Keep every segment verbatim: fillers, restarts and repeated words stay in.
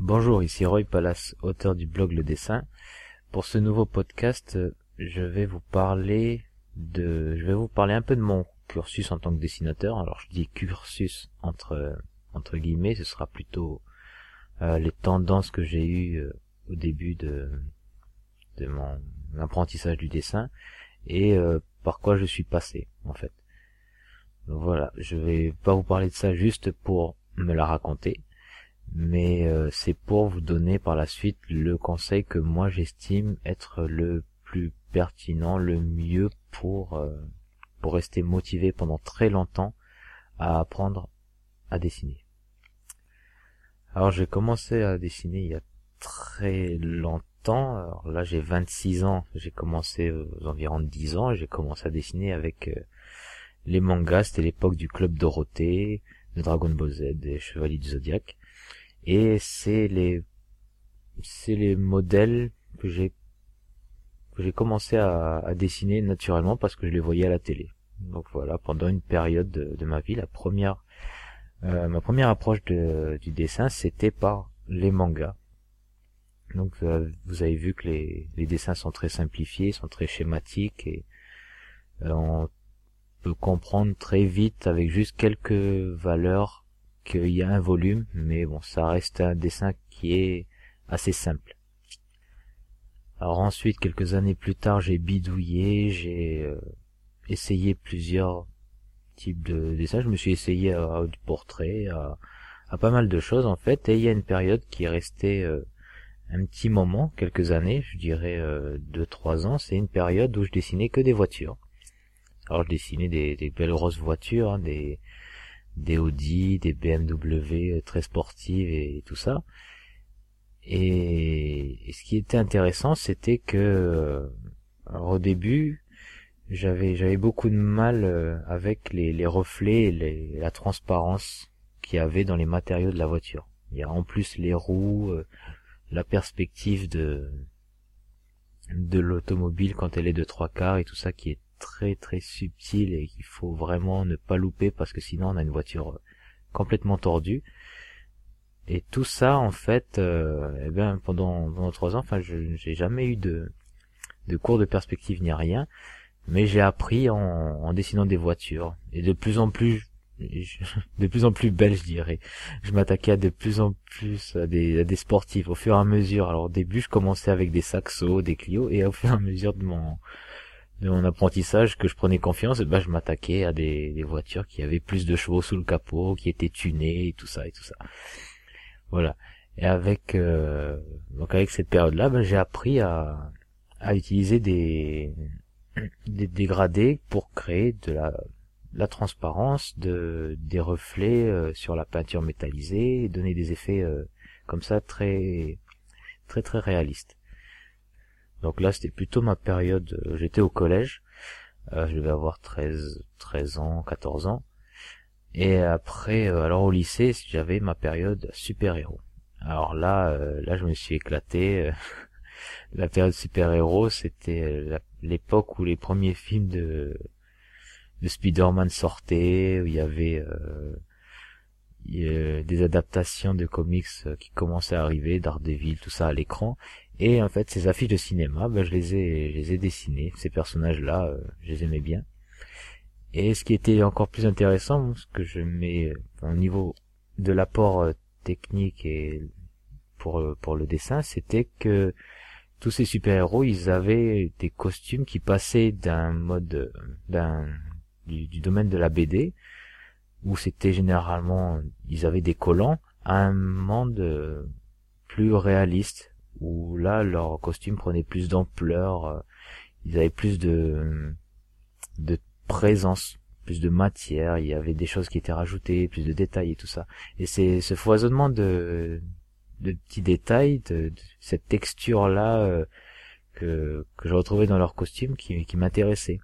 Bonjour, ici Roy Palace, auteur du blog Le Dessin. Pour ce nouveau podcast, je vais vous parler de, je vais vous parler un peu de mon cursus en tant que dessinateur. Alors je dis cursus entre entre guillemets, ce sera plutôt euh, les tendances que j'ai eues euh, au début de de mon apprentissage du dessin et euh, par quoi je suis passé en fait. Donc voilà, je vais pas vous parler de ça juste pour me la raconter, mais euh, c'est pour vous donner par la suite le conseil que moi j'estime être le plus pertinent, le mieux pour euh, pour rester motivé pendant très longtemps à apprendre à dessiner. Alors j'ai commencé à dessiner il y a très longtemps. Alors là j'ai vingt-six ans, j'ai commencé aux environs de dix ans et j'ai commencé à dessiner avec euh, les mangas. C'était l'époque du Club Dorothée, de Dragon Ball Z, des Chevaliers du Zodiaque. Et c'est les c'est les modèles que j'ai que j'ai commencé à, à dessiner naturellement parce que je les voyais à la télé. Donc voilà, pendant une période de, de ma vie, la première euh, ma première approche de, du dessin, c'était par les mangas. Donc euh, vous avez vu que les, les dessins sont très simplifiés, sont très schématiques et euh, on peut comprendre très vite avec juste quelques valeurs qu'il y a un volume, mais bon, ça reste un dessin qui est assez simple. Alors ensuite, quelques années plus tard, j'ai bidouillé, j'ai euh, essayé plusieurs types de dessins. Je me suis essayé à, à du portrait, à, à pas mal de choses en fait, et il y a une période qui est restée euh, un petit moment, quelques années, je dirais euh, deux, trois ans. C'est une période où je dessinais que des voitures. Alors je dessinais des, des belles grosses voitures, hein, des des Audi, des B M W très sportives et, et tout ça. Et, et ce qui était intéressant, c'était que alors au début, j'avais j'avais beaucoup de mal euh, avec les, les reflets et les, la transparence qu'il y avait dans les matériaux de la voiture. Il y a en plus les roues, euh, la perspective de de l'automobile quand elle est de trois quarts et tout ça qui est très très subtil et qu'il faut vraiment ne pas louper parce que sinon on a une voiture complètement tordue. Et tout ça en fait, euh, eh bien pendant pendant trois ans, enfin je j'ai jamais eu de de cours de perspective ni rien, mais j'ai appris en, en dessinant des voitures et de plus en plus de plus en plus belles, je dirais. Je m'attaquais à de plus en plus à des, à des sportifs au fur et à mesure. Alors au début, je commençais avec des Saxo, des Clio, et au fur et à mesure de mon de mon apprentissage, que je prenais confiance, et ben je m'attaquais à des, des voitures qui avaient plus de chevaux sous le capot, qui étaient tunées et tout ça et tout ça. Voilà. Et avec euh, donc avec cette période-là, ben j'ai appris à à utiliser des des dégradés pour créer de la la transparence, de des reflets euh, sur la peinture métallisée, et donner des effets euh, comme ça très très très réalistes. Donc là, c'était plutôt ma période, euh, j'étais au collège, euh, je devais avoir treize treize ans, quatorze ans. Et après, euh, alors au lycée, j'avais ma période super-héros. Alors là, euh, là, je me suis éclaté. La période super-héros, c'était euh, l'époque où les premiers films de, de Spider-Man sortaient, où il y avait euh, il y a des adaptations de comics qui commençaient à arriver, Daredevil, tout ça à l'écran. Et en fait, ces affiches de cinéma, ben, je les ai, je les ai dessinées. Ces personnages-là, euh, je les aimais bien. Et ce qui était encore plus intéressant, ce que je mets au niveau de l'apport euh, technique et pour euh, pour le dessin, c'était que tous ces super-héros, ils avaient des costumes qui passaient d'un mode, d'un du, du domaine de la B D, où c'était généralement, ils avaient des collants, à un monde euh, plus réaliste, où là, leurs costumes prenaient plus d'ampleur, euh, ils avaient plus de de présence, plus de matière, il y avait des choses qui étaient rajoutées, plus de détails et tout ça. Et c'est ce foisonnement de de petits détails, de, de cette texture-là euh, que que je retrouvais dans leurs costumes qui, qui m'intéressait.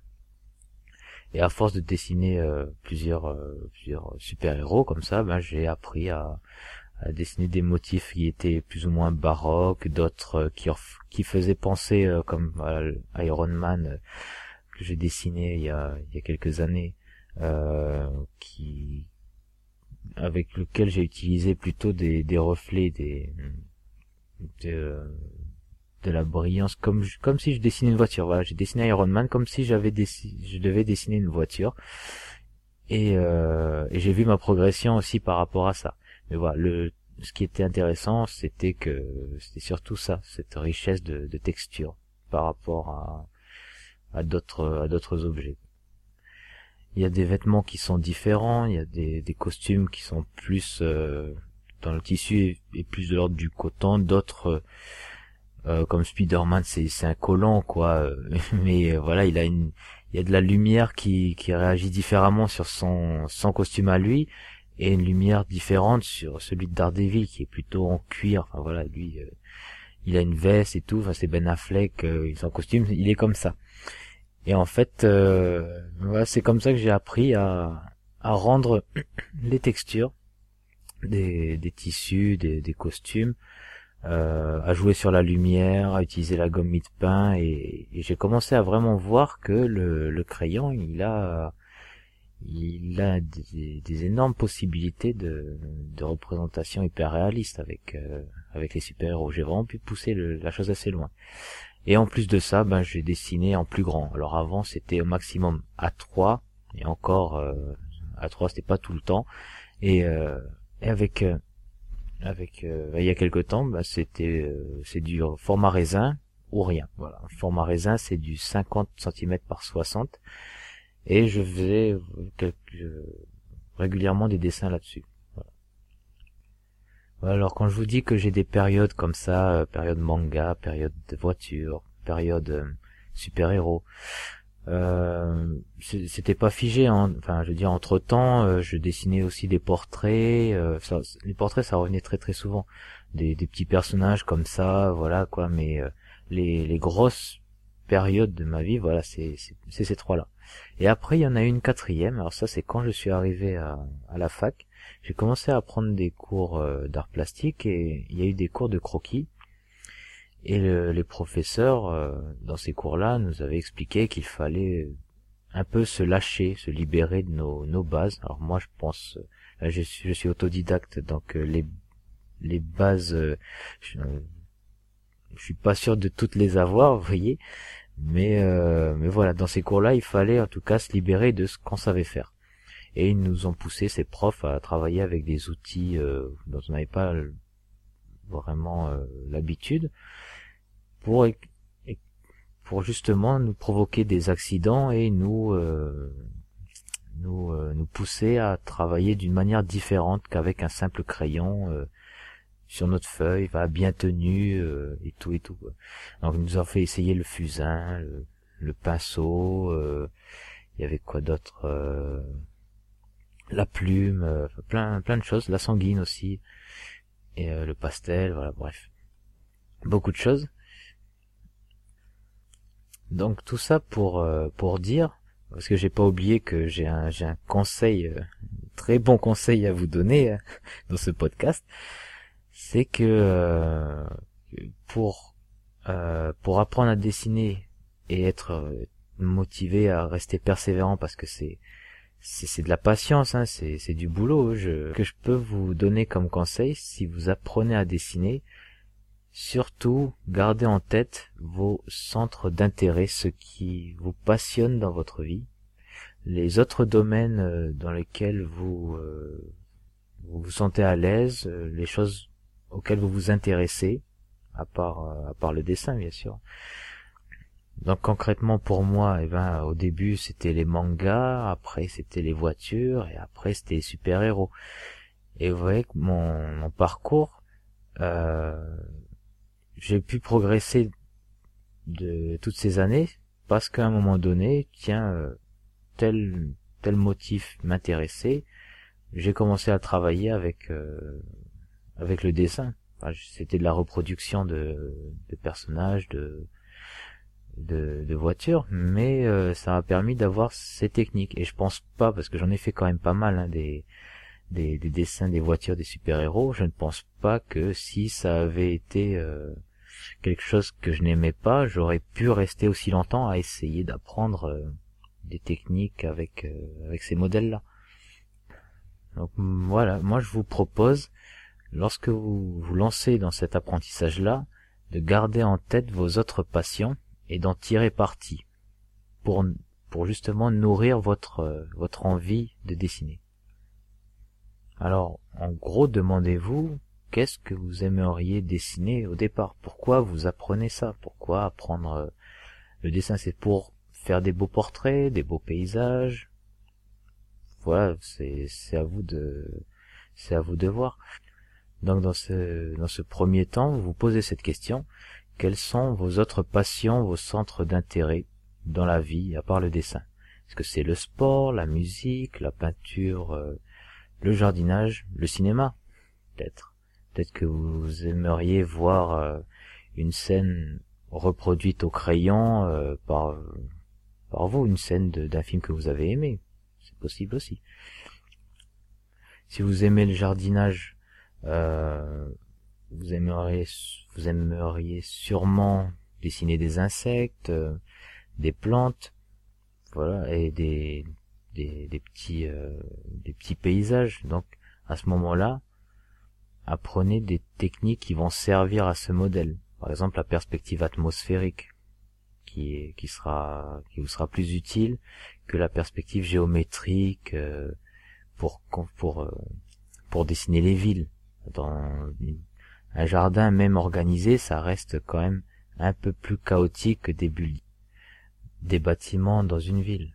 Et à force de dessiner euh, plusieurs euh, plusieurs super-héros comme ça, ben j'ai appris à, à dessiner des motifs qui étaient plus ou moins baroques, d'autres euh, qui qui faisaient penser euh, comme euh, Iron Man euh, que j'ai dessiné il y a il y a quelques années, euh, qui avec lequel j'ai utilisé plutôt des des reflets, des de, de la brillance, comme je- comme si je dessinais une voiture. Voilà, j'ai dessiné Iron Man comme si j'avais dessi- je devais dessiner une voiture. Et, euh, et j'ai vu ma progression aussi par rapport à ça. Mais voilà, le ce qui était intéressant, c'était que c'était surtout ça, cette richesse de, de texture par rapport à à d'autres à d'autres objets. Il y a des vêtements qui sont différents, il y a des, des costumes qui sont plus euh, dans le tissu et, et plus de l'ordre du coton, d'autres euh, comme Spider-Man, c'est c'est un collant quoi, euh, mais euh, voilà, il a une il y a de la lumière qui qui réagit différemment sur son son costume à lui et une lumière différente sur celui de Daredevil qui est plutôt en cuir. Enfin voilà, lui euh, il a une veste et tout, enfin c'est Ben Affleck, euh, son costume, il est comme ça. Et en fait, euh, voilà, c'est comme ça que j'ai appris à, à rendre les textures des, des tissus, des, des costumes, euh, à jouer sur la lumière, à utiliser la gomme mie-de-pain, et, et j'ai commencé à vraiment voir que le, le crayon, il a, il a des, des énormes possibilités de, de représentation hyper réaliste avec, euh, avec les super-héros. J'ai vraiment pu pousser le, la chose assez loin. Et en plus de ça, ben j'ai dessiné en plus grand. Alors avant c'était au maximum A trois, et encore euh, A trois c'était pas tout le temps. Et, euh, et avec euh, avec euh, il y a quelque temps, ben, c'était euh, c'est du format raisin ou rien. Voilà, format raisin c'est du cinquante centimètres par soixante, et je faisais quelques, euh, régulièrement des dessins là-dessus. Alors quand je vous dis que j'ai des périodes comme ça, euh, période manga, période de voiture, période euh, super-héros, euh, c'est- c'était pas figé, hein. Enfin je veux dire, entre temps je dessinais aussi des portraits, euh, ça- les portraits ça revenait très très souvent, des, des petits personnages comme ça, voilà quoi, mais euh, les, les grosses périodes de ma vie, voilà, c'est c'est c'est ces trois-là. Et après il y en a une quatrième, alors ça c'est quand je suis arrivé à, à la fac. J'ai commencé à prendre des cours euh, d'art plastique, et il y a eu des cours de croquis, et le- les professeurs euh, dans ces cours-là nous avaient expliqué qu'il fallait un peu se lâcher, se libérer de nos, nos bases. Alors moi je pense, euh, je suis, je suis autodidacte, donc euh, les les bases, euh, je, euh, je suis pas sûr de toutes les avoir, vous voyez, mais euh, mais voilà, dans ces cours-là il fallait en tout cas se libérer de ce qu'on savait faire. Et ils nous ont poussé, ces profs, à travailler avec des outils euh, dont on n'avait pas vraiment euh, l'habitude, pour pour justement nous provoquer des accidents et nous euh, nous euh, nous pousser à travailler d'une manière différente qu'avec un simple crayon euh, sur notre feuille, va bien tenu, euh, et tout et tout quoi. Donc ils nous ont fait essayer le fusain, le, le pinceau, euh, il y avait quoi d'autre, euh, la plume, euh, plein plein de choses, la sanguine aussi, et euh, le pastel, voilà, bref, beaucoup de choses. Donc tout ça pour euh, pour dire, parce que j'ai pas oublié que j'ai un j'ai un conseil, euh, très bon conseil à vous donner euh, dans ce podcast, c'est que euh, pour euh, pour apprendre à dessiner et être euh, motivé à rester persévérant, parce que c'est c'est c'est de la patience, hein, c'est c'est du boulot. Je que je peux vous donner comme conseil, si vous apprenez à dessiner, surtout gardez en tête vos centres d'intérêt, ce qui vous passionne dans votre vie, les autres domaines euh, dans lesquels vous euh, vous vous sentez à l'aise, euh, les choses auxquelles vous vous intéressez, à part euh, à part le dessin bien sûr. Donc concrètement pour moi, eh ben au début c'était les mangas, après c'était les voitures, et après c'était les super-héros. Et vous voyez que mon, mon parcours, euh, j'ai pu progresser de toutes ces années parce qu'à un moment donné, tiens, euh, tel tel motif m'intéressait, j'ai commencé à travailler avec euh, avec le dessin. Enfin, c'était de la reproduction de, de personnages, de de, de voitures, mais euh, ça m'a permis d'avoir ces techniques. Et je pense pas, parce que j'en ai fait quand même pas mal, hein, des, des des dessins des voitures des super-héros, je ne pense pas que si ça avait été euh, quelque chose que je n'aimais pas, j'aurais pu rester aussi longtemps à essayer d'apprendre euh, des techniques avec euh, avec ces modèles-là. Donc voilà, moi je vous propose lorsque vous vous lancez dans cet apprentissage-là, de garder en tête vos autres passions et d'en tirer parti pour, pour justement nourrir votre, votre envie de dessiner. Alors, en gros, demandez-vous, qu'est-ce que vous aimeriez dessiner au départ? Pourquoi vous apprenez ça? Pourquoi apprendre le dessin? C'est pour faire des beaux portraits, des beaux paysages? Voilà, c'est, c'est à vous de, c'est à vous de voir. Donc, dans ce, dans ce premier temps, vous vous posez cette question. Quelles sont vos autres passions, vos centres d'intérêt dans la vie, à part le dessin? Est-ce que c'est le sport, la musique, la peinture, euh, le jardinage, le cinéma? Peut-être. Peut-être que vous aimeriez voir euh, une scène reproduite au crayon euh, par, par vous, une scène de, d'un film que vous avez aimé. C'est possible aussi. Si vous aimez le jardinage, euh, vous aimeriez, vous aimeriez sûrement dessiner des insectes, euh, des plantes, voilà, et des, des, des petits, euh, des petits paysages. Donc, à ce moment-là, apprenez des techniques qui vont servir à ce modèle. Par exemple, la perspective atmosphérique, qui est, qui sera, qui vous sera plus utile que la perspective géométrique euh, pour, pour, euh, pour dessiner les villes. Dans un jardin même organisé, ça reste quand même un peu plus chaotique que des bulles, des bâtiments dans une ville.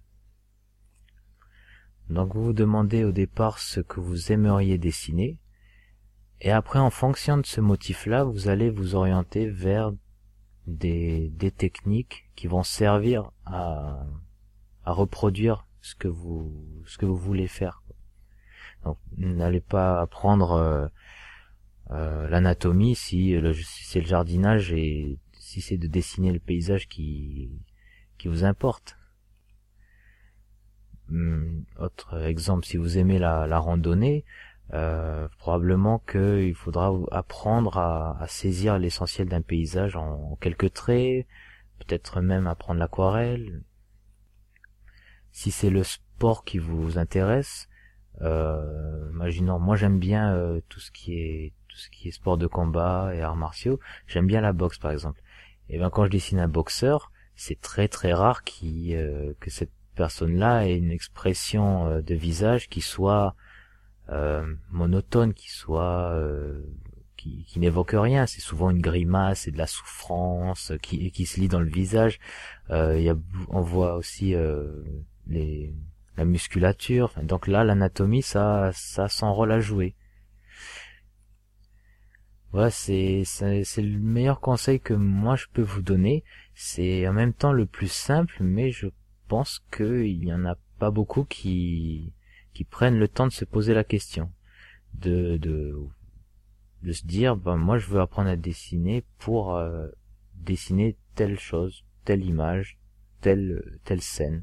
Donc vous vous demandez au départ ce que vous aimeriez dessiner, et après en fonction de ce motif-là, vous allez vous orienter vers des, des techniques qui vont servir à, à reproduire ce que vous, ce que vous voulez faire. Donc n'allez pas apprendre euh, euh, l'anatomie si, le, si c'est le jardinage et si c'est de dessiner le paysage qui, qui vous importe. Hum, autre exemple, si vous aimez la, la randonnée, euh, probablement qu'il faudra apprendre à, à saisir l'essentiel d'un paysage en, en quelques traits, peut-être même apprendre l'aquarelle. Si c'est le sport qui vous intéresse, euh, imaginons, moi j'aime bien euh, tout ce qui est tout ce qui est sport de combat et arts martiaux. J'aime bien la boxe par exemple. Et ben quand je dessine un boxeur, c'est très très rare qui euh, que cette personne-là ait une expression euh, de visage qui soit euh, monotone, qui soit euh, qui, qui n'évoque rien. C'est souvent une grimace et de la souffrance qui qui se lit dans le visage. Euh, y a, on voit aussi euh, les la musculature. Enfin, donc là, l'anatomie, ça ça a son rôle à jouer. Voilà, c'est c'est c'est le meilleur conseil que moi je peux vous donner. C'est en même temps le plus simple, mais je pense qu'il y en a pas beaucoup qui qui prennent le temps de se poser la question, de de de se dire ben moi je veux apprendre à dessiner pour euh, dessiner telle chose, telle image, telle telle scène.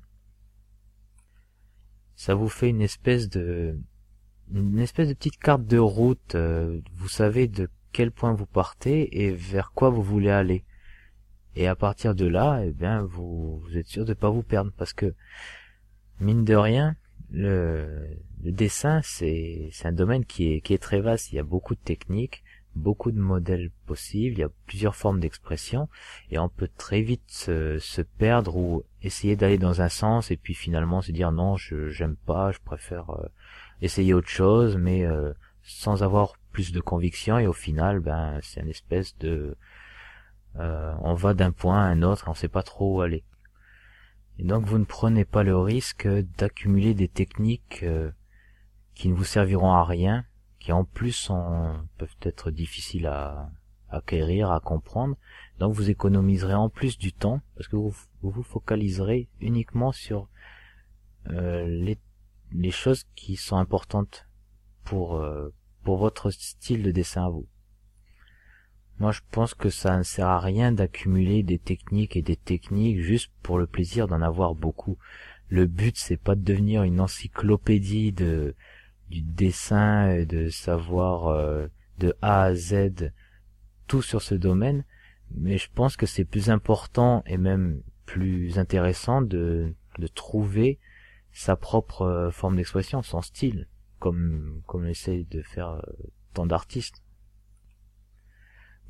Ça vous fait une espèce de une espèce de petite carte de route. Euh, vous savez de quel point vous partez et vers quoi vous voulez aller. Et à partir de là, eh bien, vous, vous êtes sûr de pas vous perdre, parce que mine de rien, le, le dessin, c'est, c'est un domaine qui est, qui est très vaste. Il y a beaucoup de techniques, beaucoup de modèles possibles, il y a plusieurs formes d'expression, et on peut très vite se, se perdre ou essayer d'aller dans un sens et puis finalement se dire non, je j'aime pas, je préfère euh, essayer autre chose, mais euh, sans avoir plus de conviction, et au final, ben, c'est une espèce de Euh, on va d'un point à un autre et on sait pas trop où aller. Et donc vous ne prenez pas le risque d'accumuler des techniques euh, qui ne vous serviront à rien, qui en plus sont, peuvent être difficiles à, à acquérir, à comprendre. Donc vous économiserez en plus du temps, parce que vous vous, vous focaliserez uniquement sur euh, les, les choses qui sont importantes pour, euh, pour votre style de dessin à vous. Moi, je pense que ça ne sert à rien d'accumuler des techniques et des techniques juste pour le plaisir d'en avoir beaucoup. Le but, c'est pas de devenir une encyclopédie de du dessin et de savoir euh, de A à Z tout sur ce domaine, mais je pense que c'est plus important et même plus intéressant de de trouver sa propre forme d'expression, son style, comme comme essaye de faire euh, tant d'artistes.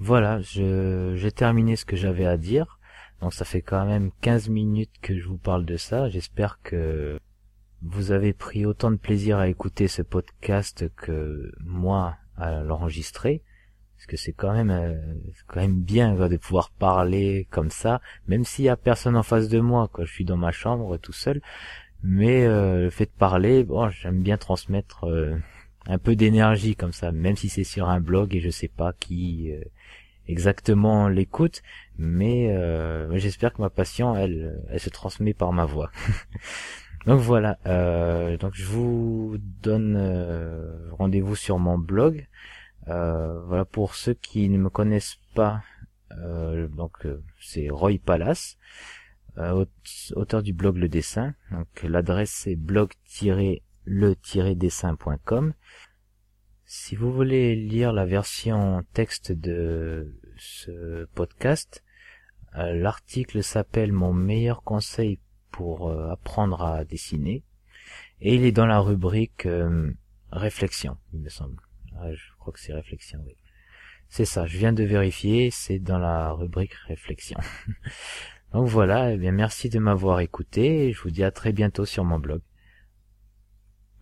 Voilà, je j'ai terminé ce que j'avais à dire. Donc ça fait quand même quinze minutes que je vous parle de ça. J'espère que vous avez pris autant de plaisir à écouter ce podcast que moi à l'enregistrer. Parce que c'est quand même euh, c'est quand même bien quoi, de pouvoir parler comme ça, même s'il y a personne en face de moi, quoi. Je suis dans ma chambre tout seul. Mais euh, le fait de parler, bon, j'aime bien transmettre euh, un peu d'énergie comme ça, même si c'est sur un blog et je sais pas qui... Euh, exactement l'écoute, mais euh, j'espère que ma passion elle elle se transmet par ma voix. Donc voilà, euh, donc je vous donne euh, rendez-vous sur mon blog. Euh, voilà, pour ceux qui ne me connaissent pas, euh, donc euh, c'est Roy Palace, euh, auteur du blog Le Dessin. Donc l'adresse c'est blog-le-dessin point com. Si vous voulez lire la version texte de ce podcast, euh, l'article s'appelle Mon meilleur conseil pour euh, apprendre à dessiner et il est dans la rubrique euh, réflexion, il me semble. Ah, je crois que c'est réflexion, oui. C'est ça, je viens de vérifier, c'est dans la rubrique réflexion. Donc voilà, eh bien merci de m'avoir écouté et je vous dis à très bientôt sur mon blog.